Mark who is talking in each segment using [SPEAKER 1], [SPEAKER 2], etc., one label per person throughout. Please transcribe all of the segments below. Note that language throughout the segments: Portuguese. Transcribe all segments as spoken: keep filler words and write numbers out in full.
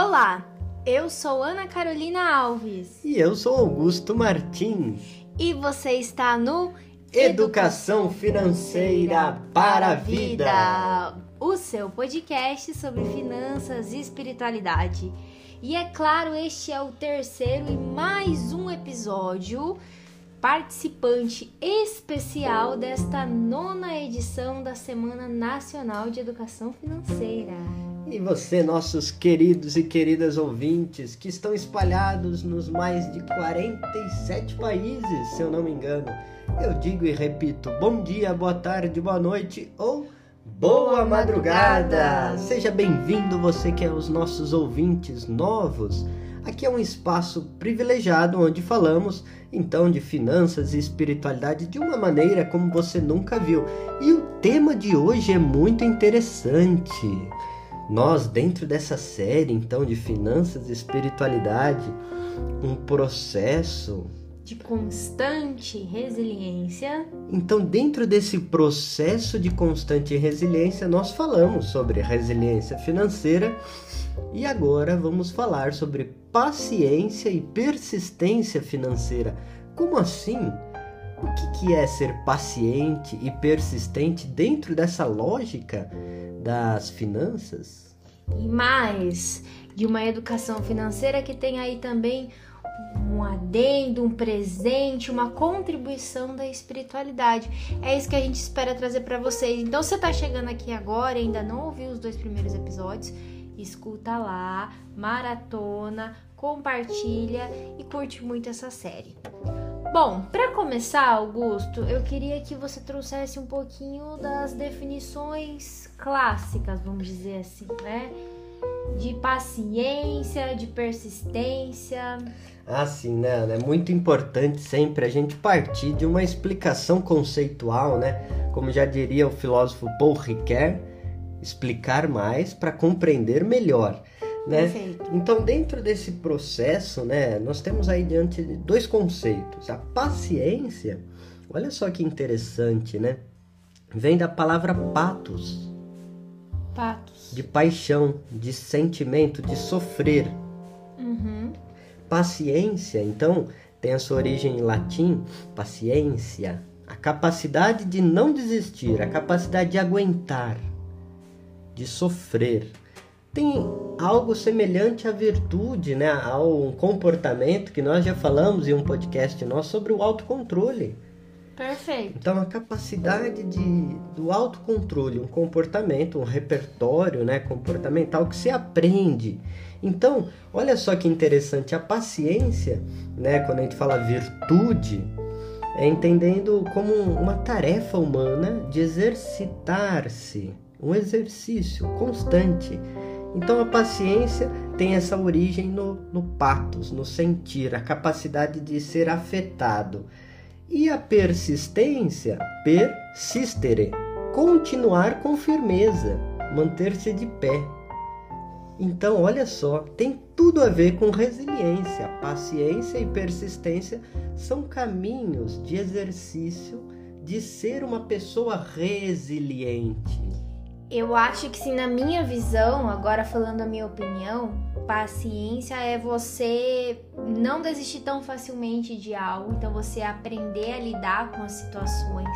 [SPEAKER 1] Olá, eu sou Ana Carolina Alves.
[SPEAKER 2] E eu sou Augusto Martins.
[SPEAKER 1] E você está no
[SPEAKER 2] Educação Financeira para a Vida,
[SPEAKER 1] o seu podcast sobre finanças e espiritualidade. E é claro, este é o terceiro e mais um episódio participante especial desta nona edição da Semana Nacional de Educação Financeira.
[SPEAKER 2] E você, nossos queridos e queridas ouvintes, que estão espalhados nos mais de quarenta e sete países, se eu não me engano. Eu digo e repito, bom dia, boa tarde, boa noite ou boa madrugada! Seja bem-vindo você que é os nossos ouvintes novos. Aqui é um espaço privilegiado onde falamos, então, de finanças e espiritualidade de uma maneira como você nunca viu. E o tema de hoje é muito interessante. Nós, dentro dessa série, então, de finanças e espiritualidade, um processo
[SPEAKER 1] de constante resiliência.
[SPEAKER 2] Então, dentro desse processo de constante resiliência, nós falamos sobre resiliência financeira e agora vamos falar sobre paciência e persistência financeira. Como assim? O que que é ser paciente e persistente dentro dessa lógica das finanças?
[SPEAKER 1] E mais, de uma educação financeira que tem aí também um adendo, um presente, uma contribuição da espiritualidade. É isso que a gente espera trazer para vocês. Então, se você tá chegando aqui agora e ainda não ouviu os dois primeiros episódios, escuta lá, maratona, compartilha e curte muito essa série. Bom, para começar, Augusto, eu queria que você trouxesse um pouquinho das definições clássicas, vamos dizer assim, né? De paciência, de persistência.
[SPEAKER 2] Ah, sim, né, Ana? É muito importante sempre a gente partir de uma explicação conceitual, né? Como já diria o filósofo Paul Ricoeur, explicar mais para compreender melhor. Né?
[SPEAKER 1] Perfeito.
[SPEAKER 2] Então, dentro desse processo, né, nós temos aí diante de dois conceitos. A paciência, olha só que interessante, né? Vem da palavra pathos.
[SPEAKER 1] Pathos.
[SPEAKER 2] De paixão, de sentimento, de sofrer.
[SPEAKER 1] Uhum.
[SPEAKER 2] Paciência, então, tem a sua origem em latim, paciência. A capacidade de não desistir, a capacidade de aguentar, de sofrer. Tem algo semelhante à virtude, né? Ao comportamento que nós já falamos em um podcast nosso sobre o autocontrole.
[SPEAKER 1] Perfeito.
[SPEAKER 2] Então, a capacidade de, do autocontrole, um comportamento, um repertório, né, comportamental que se aprende. Então, olha só que interessante, a paciência, né, quando a gente fala virtude, é entendendo como uma tarefa humana de exercitar-se, um exercício constante. Então a paciência tem essa origem no, no pathos, no sentir, a capacidade de ser afetado. E a persistência, persistere, continuar com firmeza, manter-se de pé. Então, olha só, tem tudo a ver com resiliência. Paciência e persistência são caminhos de exercício de ser uma pessoa resiliente.
[SPEAKER 1] Eu acho que, sim, na minha visão, agora falando a minha opinião, paciência é você não desistir tão facilmente de algo, então você aprender a lidar com as situações.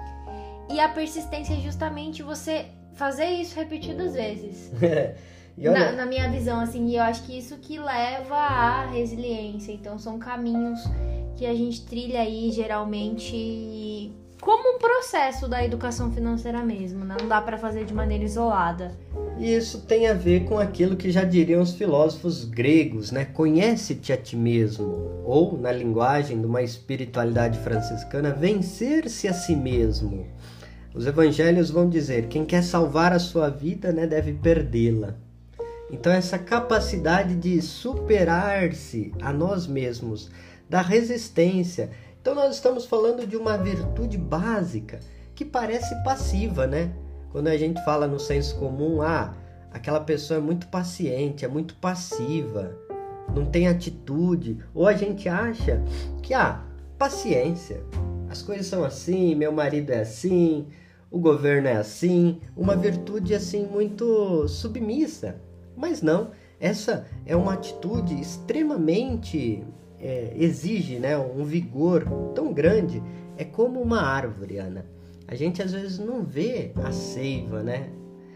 [SPEAKER 1] E a persistência é justamente você fazer isso repetidas vezes.
[SPEAKER 2] E olha...
[SPEAKER 1] na, na minha visão, assim, e eu acho que isso que leva à resiliência. Então são caminhos que a gente trilha aí geralmente como um processo da educação financeira mesmo, né? Não dá para fazer de maneira isolada.
[SPEAKER 2] E isso tem a ver com aquilo que já diriam os filósofos gregos, né? Conhece-te a ti mesmo, ou, na linguagem de uma espiritualidade franciscana, vencer-se a si mesmo. Os evangelhos vão dizer, quem quer salvar a sua vida, né, deve perdê-la. Então essa capacidade de superar-se a nós mesmos, da resistência. Então nós estamos falando de uma virtude básica que parece passiva, né? Quando a gente fala no senso comum, ah, aquela pessoa é muito paciente, é muito passiva, não tem atitude. Ou a gente acha que, ah, paciência, as coisas são assim, meu marido é assim, o governo é assim, uma virtude assim muito submissa. Mas não, essa é uma atitude extremamente, é, exige, né, um vigor tão grande. É como uma árvore, Ana. A gente às vezes não vê a seiva, né?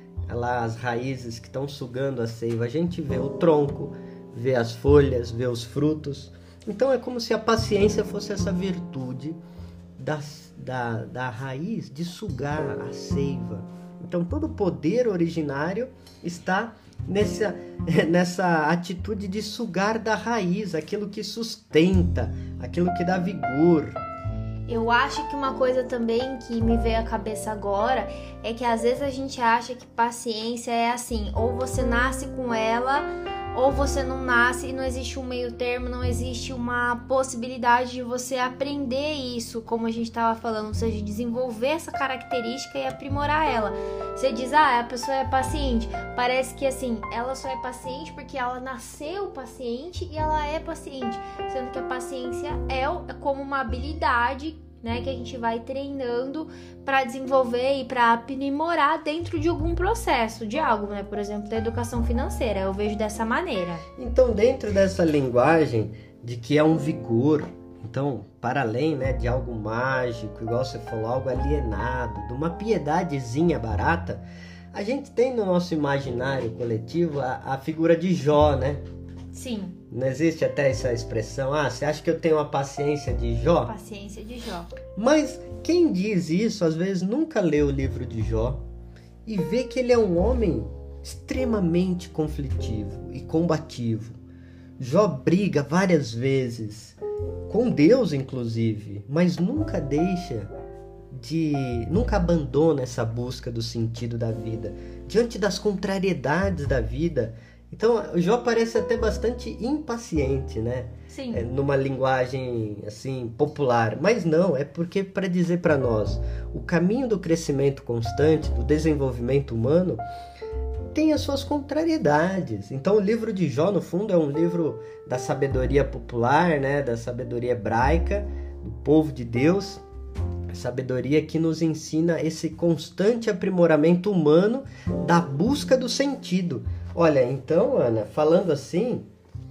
[SPEAKER 2] Lá as raízes que estão sugando a seiva. A gente vê o tronco, vê as folhas, vê os frutos. Então é como se a paciência fosse essa virtude da, da, da raiz de sugar a seiva. Então todo o poder originário está nessa, nessa atitude de sugar da raiz, aquilo que sustenta, aquilo que dá vigor.
[SPEAKER 1] Eu acho que uma coisa também que me veio à cabeça agora é que às vezes a gente acha que paciência é assim, ou você nasce com ela, ou você não nasce e não existe um meio termo, não existe uma possibilidade de você aprender isso, como a gente estava falando, ou seja, desenvolver essa característica e aprimorar ela. Você diz, ah, a pessoa é paciente, parece que assim, ela só é paciente porque ela nasceu paciente e ela é paciente, sendo que a paciência é como uma habilidade, né, que a gente vai treinando para desenvolver e para aprimorar dentro de algum processo, de algo, né? Por exemplo, da educação financeira, eu vejo dessa maneira.
[SPEAKER 2] Então, dentro dessa linguagem de que é um vigor, então, para além, né, de algo mágico, igual você falou, algo alienado, de uma piedadezinha barata, a gente tem no nosso imaginário coletivo a, a figura de Jó, né?
[SPEAKER 1] Sim.
[SPEAKER 2] Não existe até essa expressão, ah, você acha que eu tenho a paciência de Jó?
[SPEAKER 1] Paciência de Jó.
[SPEAKER 2] Mas quem diz isso, às vezes, nunca leu o livro de Jó e vê que ele é um homem extremamente conflitivo e combativo. Jó briga várias vezes, com Deus inclusive, mas nunca deixa de... nunca abandona essa busca do sentido da vida. Diante das contrariedades da vida, então, o Jó parece até bastante impaciente, né?
[SPEAKER 1] Sim.
[SPEAKER 2] É, numa linguagem, assim, popular. Mas não, é porque, para dizer para nós, o caminho do crescimento constante, do desenvolvimento humano, tem as suas contrariedades. Então, o livro de Jó, no fundo, é um livro da sabedoria popular, né? Da sabedoria hebraica, do povo de Deus. A sabedoria que nos ensina esse constante aprimoramento humano da busca do sentido. Olha, então, Ana, falando assim,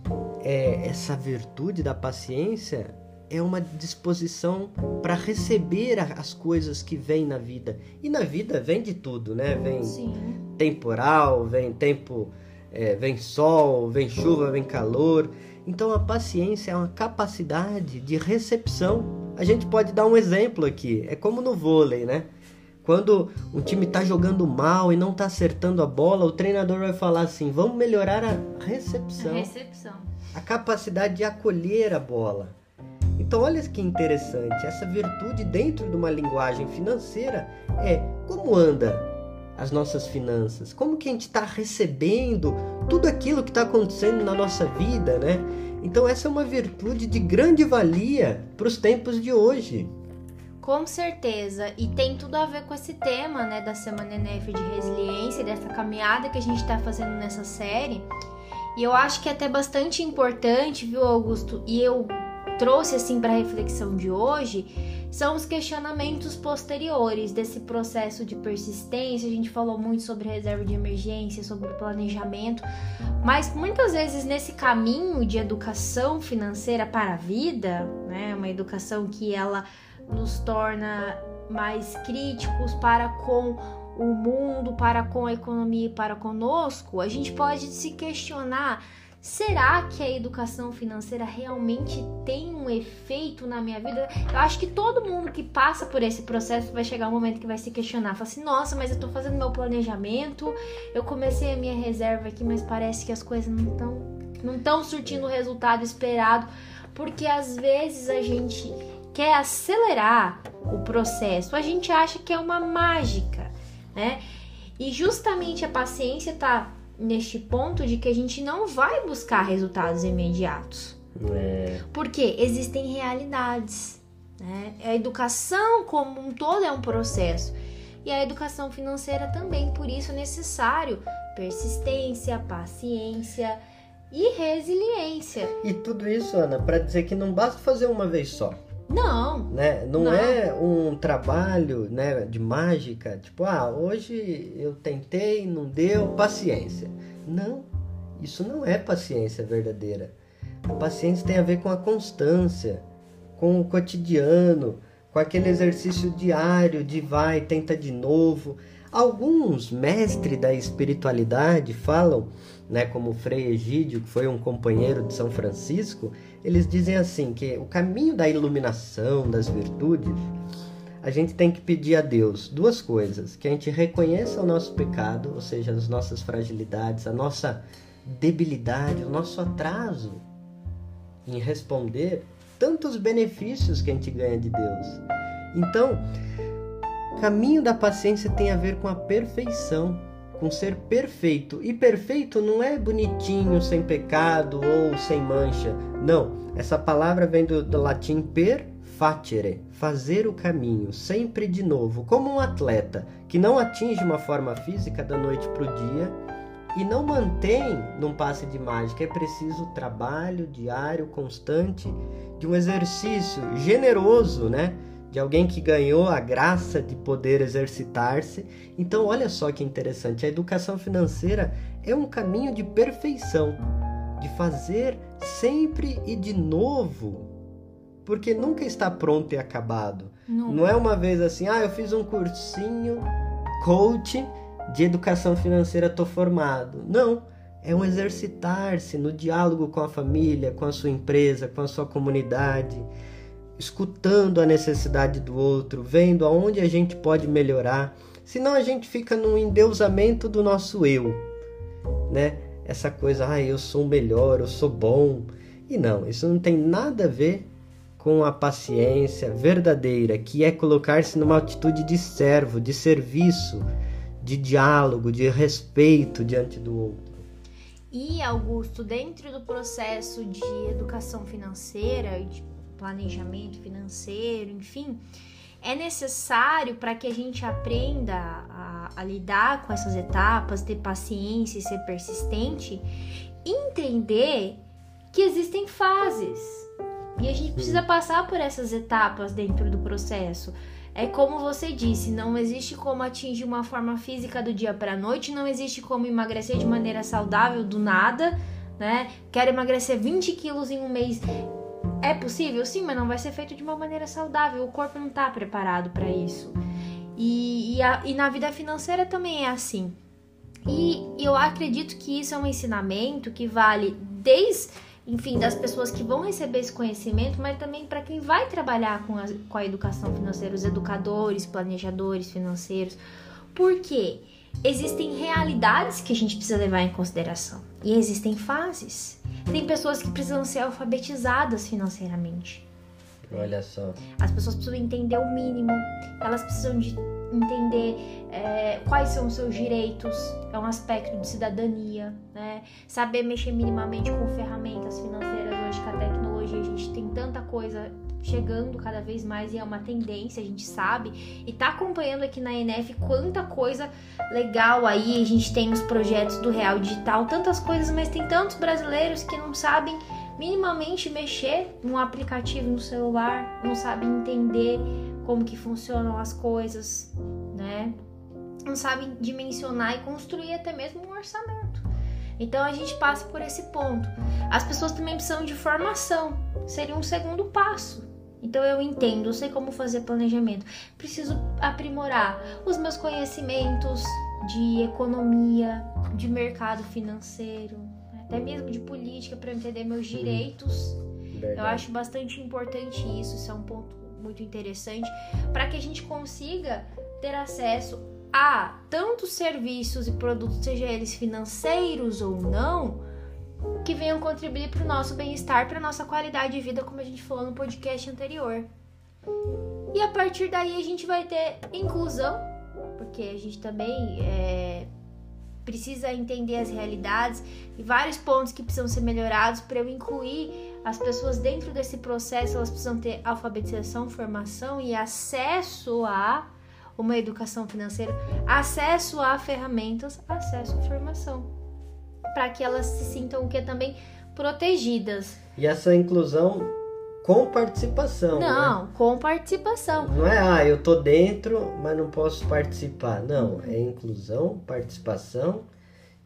[SPEAKER 2] é, essa virtude da paciência é uma disposição para receber as coisas que vêm na vida. E na vida vem de tudo, né? Vem
[SPEAKER 1] Sim.
[SPEAKER 2] temporal, vem tempo, é, vem sol, vem chuva, vem calor. Então a paciência é uma capacidade de recepção. A gente pode dar um exemplo aqui, é como no vôlei, né? Quando um time está jogando mal e não está acertando a bola, o treinador vai falar assim, vamos melhorar a recepção.
[SPEAKER 1] A recepção.
[SPEAKER 2] A capacidade de acolher a bola. Então olha que interessante, essa virtude dentro de uma linguagem financeira é como anda as nossas finanças, como que a gente está recebendo tudo aquilo que está acontecendo na nossa vida, né? Então essa é uma virtude de grande valia para os tempos de hoje.
[SPEAKER 1] Com certeza, e tem tudo a ver com esse tema, né, da Semana Enef de Resiliência, dessa caminhada que a gente está fazendo nessa série. E eu acho que é até bastante importante, viu, Augusto? E eu trouxe assim para a reflexão de hoje, são os questionamentos posteriores desse processo de persistência. A gente falou muito sobre reserva de emergência, sobre planejamento, mas muitas vezes nesse caminho de educação financeira para a vida, né, uma educação que ela nos torna mais críticos para com o mundo, para com a economia e para conosco, a gente pode se questionar, será que a educação financeira realmente tem um efeito na minha vida? Eu acho que todo mundo que passa por esse processo vai chegar um momento que vai se questionar, fala assim, nossa, mas eu tô fazendo meu planejamento, eu comecei a minha reserva aqui, mas parece que as coisas não estão não estão surtindo o resultado esperado, porque às vezes a gente quer acelerar o processo, a gente acha que é uma mágica, né? E justamente a paciência tá neste ponto de que a gente não vai buscar resultados imediatos.
[SPEAKER 2] É.
[SPEAKER 1] Porque existem realidades, né? A educação como um todo é um processo. E a educação financeira também, por isso é necessário persistência, paciência e resiliência.
[SPEAKER 2] E tudo isso, Ana, para dizer que não basta fazer uma vez só.
[SPEAKER 1] Não,
[SPEAKER 2] Né? Não,
[SPEAKER 1] Não.
[SPEAKER 2] é um trabalho, né, de mágica, tipo, ah, hoje eu tentei, não deu, paciência. Não, Isso não é paciência verdadeira. A paciência tem a ver com a constância, com o cotidiano, com aquele exercício diário de vai, tenta de novo. Alguns mestres da espiritualidade falam, né, como Frei Egídio, que foi um companheiro de São Francisco, eles dizem assim, que o caminho da iluminação, das virtudes, a gente tem que pedir a Deus duas coisas, que a gente reconheça o nosso pecado, ou seja, as nossas fragilidades, a nossa debilidade, o nosso atraso em responder tantos benefícios que a gente ganha de Deus. Então, o caminho da paciência tem a ver com a perfeição, com ser perfeito. E perfeito não é bonitinho, sem pecado ou sem mancha. Não, essa palavra vem do, do latim per facere, fazer o caminho, sempre de novo, como um atleta que não atinge uma forma física da noite para o dia e não mantém num passe de mágica. É preciso trabalho diário, constante, de um exercício generoso, né? De alguém que ganhou a graça de poder exercitar-se. Então, olha só que interessante, a educação financeira é um caminho de perfeição, de fazer sempre e de novo, porque nunca está pronto e acabado. Não, Não é uma vez assim, ah, eu fiz um cursinho coach de educação financeira, estou formado. Não, é um exercitar-se no diálogo com a família, com a sua empresa, com a sua comunidade, escutando a necessidade do outro, vendo aonde a gente pode melhorar. Senão a gente fica no endeusamento do nosso eu, né? Essa coisa, ah, eu sou o melhor, eu sou bom. E não, isso não tem nada a ver com a paciência verdadeira, que é colocar-se numa atitude de servo, de serviço, de diálogo, de respeito diante do outro.
[SPEAKER 1] E, Augusto, dentro do processo de educação financeira, de planejamento financeiro, enfim, é necessário para que a gente aprenda a, a lidar com essas etapas, ter paciência e ser persistente, entender que existem fases e a gente precisa passar por essas etapas dentro do processo. É como você disse, não existe como atingir uma forma física do dia para a noite, não existe como emagrecer de maneira saudável do nada, né? Quero emagrecer vinte quilos em um mês. É possível? Sim, mas não vai ser feito de uma maneira saudável. O corpo não está preparado para isso. E, e, a, e na vida financeira também é assim. E eu acredito que isso é um ensinamento que vale desde, enfim, das pessoas que vão receber esse conhecimento, mas também para quem vai trabalhar com a, com a educação financeira, os educadores, planejadores financeiros. Por quê? Existem realidades que a gente precisa levar em consideração. E existem fases. Tem pessoas que precisam ser alfabetizadas financeiramente.
[SPEAKER 2] Olha só.
[SPEAKER 1] As pessoas precisam entender o mínimo. Elas precisam de entender é, quais são os seus direitos. É um aspecto de cidadania, né? Saber mexer minimamente com ferramentas financeiras. Hoje, com a tecnologia, a gente tem tanta coisa chegando cada vez mais e é uma tendência, a gente sabe, e tá acompanhando aqui na E N F quanta coisa legal aí, a gente tem os projetos do Real Digital, tantas coisas, mas tem tantos brasileiros que não sabem minimamente mexer num aplicativo no celular, não sabem entender como que funcionam as coisas, né? Não sabem dimensionar e construir até mesmo um orçamento. Então a gente passa por esse ponto. As pessoas também precisam de formação, seria um segundo passo. Então eu entendo, eu sei como fazer planejamento. Preciso aprimorar os meus conhecimentos de economia, de mercado financeiro, até mesmo de política, para entender meus direitos. Verdade. Eu acho bastante importante isso, isso é um ponto muito interessante, para que a gente consiga ter acesso a tantos serviços e produtos, seja eles financeiros ou não, que venham contribuir para o nosso bem-estar, para a nossa qualidade de vida, como a gente falou no podcast anterior. E a partir daí a gente vai ter inclusão, porque a gente também é, precisa entender as realidades e vários pontos que precisam ser melhorados para eu incluir as pessoas dentro desse processo. Elas precisam ter alfabetização, formação e acesso a uma educação financeira, acesso a ferramentas, acesso à formação, para que elas se sintam o que também protegidas.
[SPEAKER 2] E essa inclusão com participação.
[SPEAKER 1] Não,
[SPEAKER 2] né?
[SPEAKER 1] Com participação.
[SPEAKER 2] Não é, ah, eu tô dentro, mas não posso participar. Não, é inclusão, participação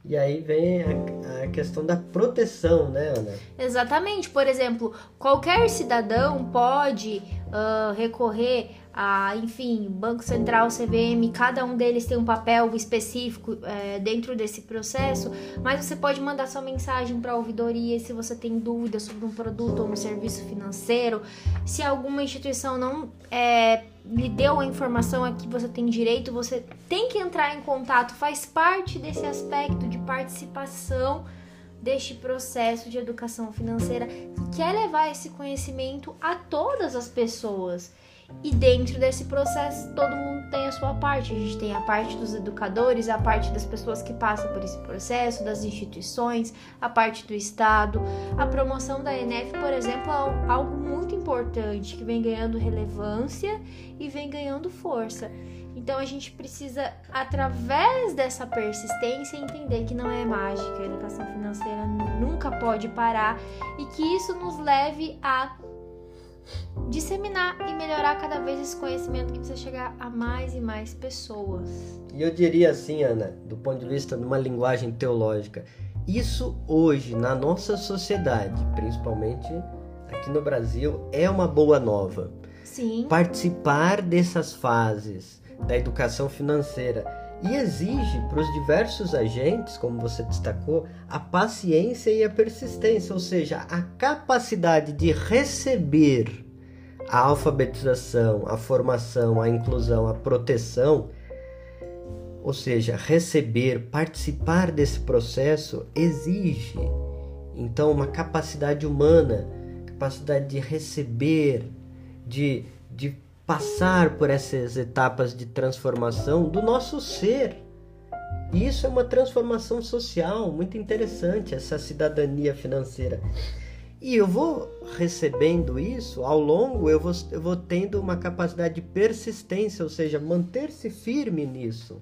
[SPEAKER 2] E aí vem a, a questão da proteção, né, Ana?
[SPEAKER 1] Exatamente. Por exemplo, qualquer cidadão pode uh, recorrer a, enfim, Banco Central, C V M, cada um deles tem um papel específico é, dentro desse processo, mas você pode mandar sua mensagem para a ouvidoria se você tem dúvidas sobre um produto ou um serviço financeiro. Se alguma instituição não é, lhe deu a informação a que você tem direito, você tem que entrar em contato, faz parte desse aspecto de participação deste processo de educação financeira, que quer levar esse conhecimento a todas as pessoas. E dentro desse processo, todo mundo tem a sua parte. A gente tem a parte dos educadores, a parte das pessoas que passam por esse processo, das instituições, a parte do Estado. A promoção da ENEF, por exemplo, é algo muito importante, que vem ganhando relevância e vem ganhando força. Então a gente precisa, através dessa persistência, entender que não é mágica. A educação financeira nunca pode parar e que isso nos leve a disseminar e melhorar cada vez esse conhecimento que precisa chegar a mais e mais pessoas.
[SPEAKER 2] E eu diria assim, Ana, do ponto de vista de uma linguagem teológica, isso hoje na nossa sociedade, principalmente aqui no Brasil, é uma boa nova.
[SPEAKER 1] Sim.
[SPEAKER 2] Participar dessas fases da educação financeira e exige para os diversos agentes, como você destacou, a paciência e a persistência, ou seja, a capacidade de receber a alfabetização, a formação, a inclusão, a proteção, ou seja, receber, participar desse processo exige, então, uma capacidade humana, capacidade de receber, de, de passar por essas etapas de transformação do nosso ser. E isso é uma transformação social muito interessante, essa cidadania financeira. E eu vou recebendo isso, ao longo eu vou, eu vou tendo uma capacidade de persistência, ou seja, manter-se firme nisso.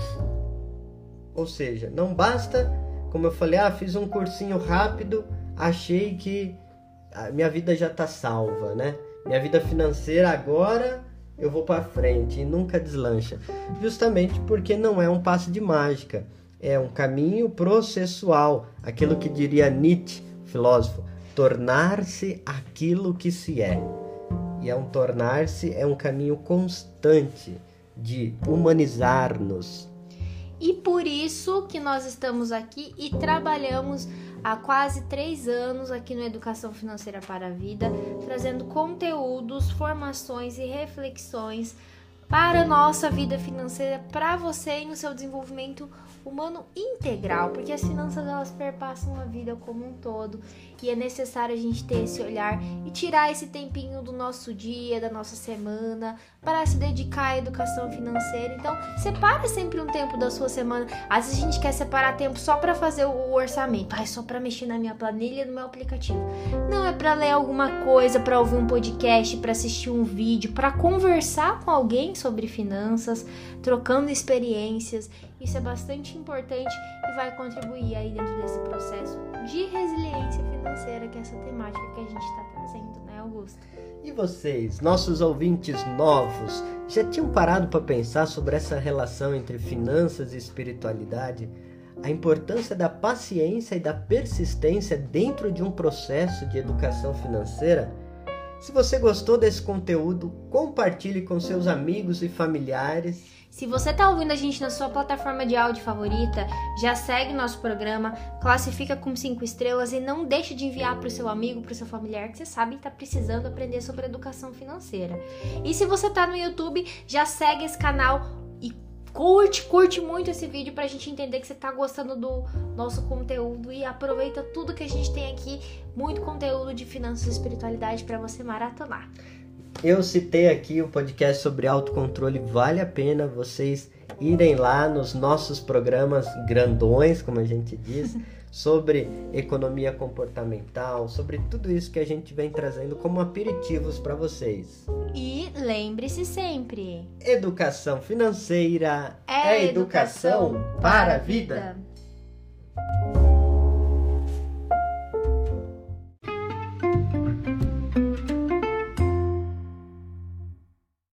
[SPEAKER 2] Ou seja, não basta, como eu falei, ah, fiz um cursinho rápido, achei que a minha vida já está salva, né? Minha vida financeira agora eu vou para frente e nunca deslancha. Justamente porque não é um passe de mágica, é um caminho processual, aquilo que diria Nietzsche, filósofo, tornar-se aquilo que se é. E é um tornar-se, é um caminho constante de humanizar-nos.
[SPEAKER 1] E por isso que nós estamos aqui e trabalhamos há quase três anos aqui no Educação Financeira para a Vida, trazendo conteúdos, formações e reflexões para a nossa vida financeira, para você e no seu desenvolvimento humano integral, porque as finanças elas perpassam a vida como um todo e é necessário a gente ter esse olhar e tirar esse tempinho do nosso dia, da nossa semana, para se dedicar à educação financeira. Então, separa sempre um tempo da sua semana. Às vezes a gente quer separar tempo só para fazer o orçamento, ah, é só para mexer na minha planilha, no meu aplicativo. Não, é para ler alguma coisa, para ouvir um podcast, para assistir um vídeo, para conversar com alguém sobre finanças, trocando experiências. Isso é bastante importante e vai contribuir aí dentro desse processo de resiliência financeira, que é essa temática que a gente está trazendo, né, Augusto?
[SPEAKER 2] E vocês, nossos ouvintes novos, já tinham parado para pensar sobre essa relação entre finanças e espiritualidade? A importância da paciência e da persistência dentro de um processo de educação financeira? Se você gostou desse conteúdo, compartilhe com seus amigos e familiares.
[SPEAKER 1] Se você está ouvindo a gente na sua plataforma de áudio favorita, já segue nosso programa, classifica com cinco estrelas e não deixe de enviar para o seu amigo, para o seu familiar, que você sabe que está precisando aprender sobre educação financeira. E se você está no YouTube, já segue esse canal e curte, curte muito esse vídeo para a gente entender que você está gostando do nosso conteúdo e aproveita tudo que a gente tem aqui, muito conteúdo de finanças e espiritualidade para você maratonar.
[SPEAKER 2] Eu citei aqui o podcast sobre autocontrole, vale a pena vocês irem lá nos nossos programas grandões, como a gente diz, sobre economia comportamental, sobre tudo isso que a gente vem trazendo como aperitivos para vocês.
[SPEAKER 1] E lembre-se sempre,
[SPEAKER 2] educação financeira é educação para a vida.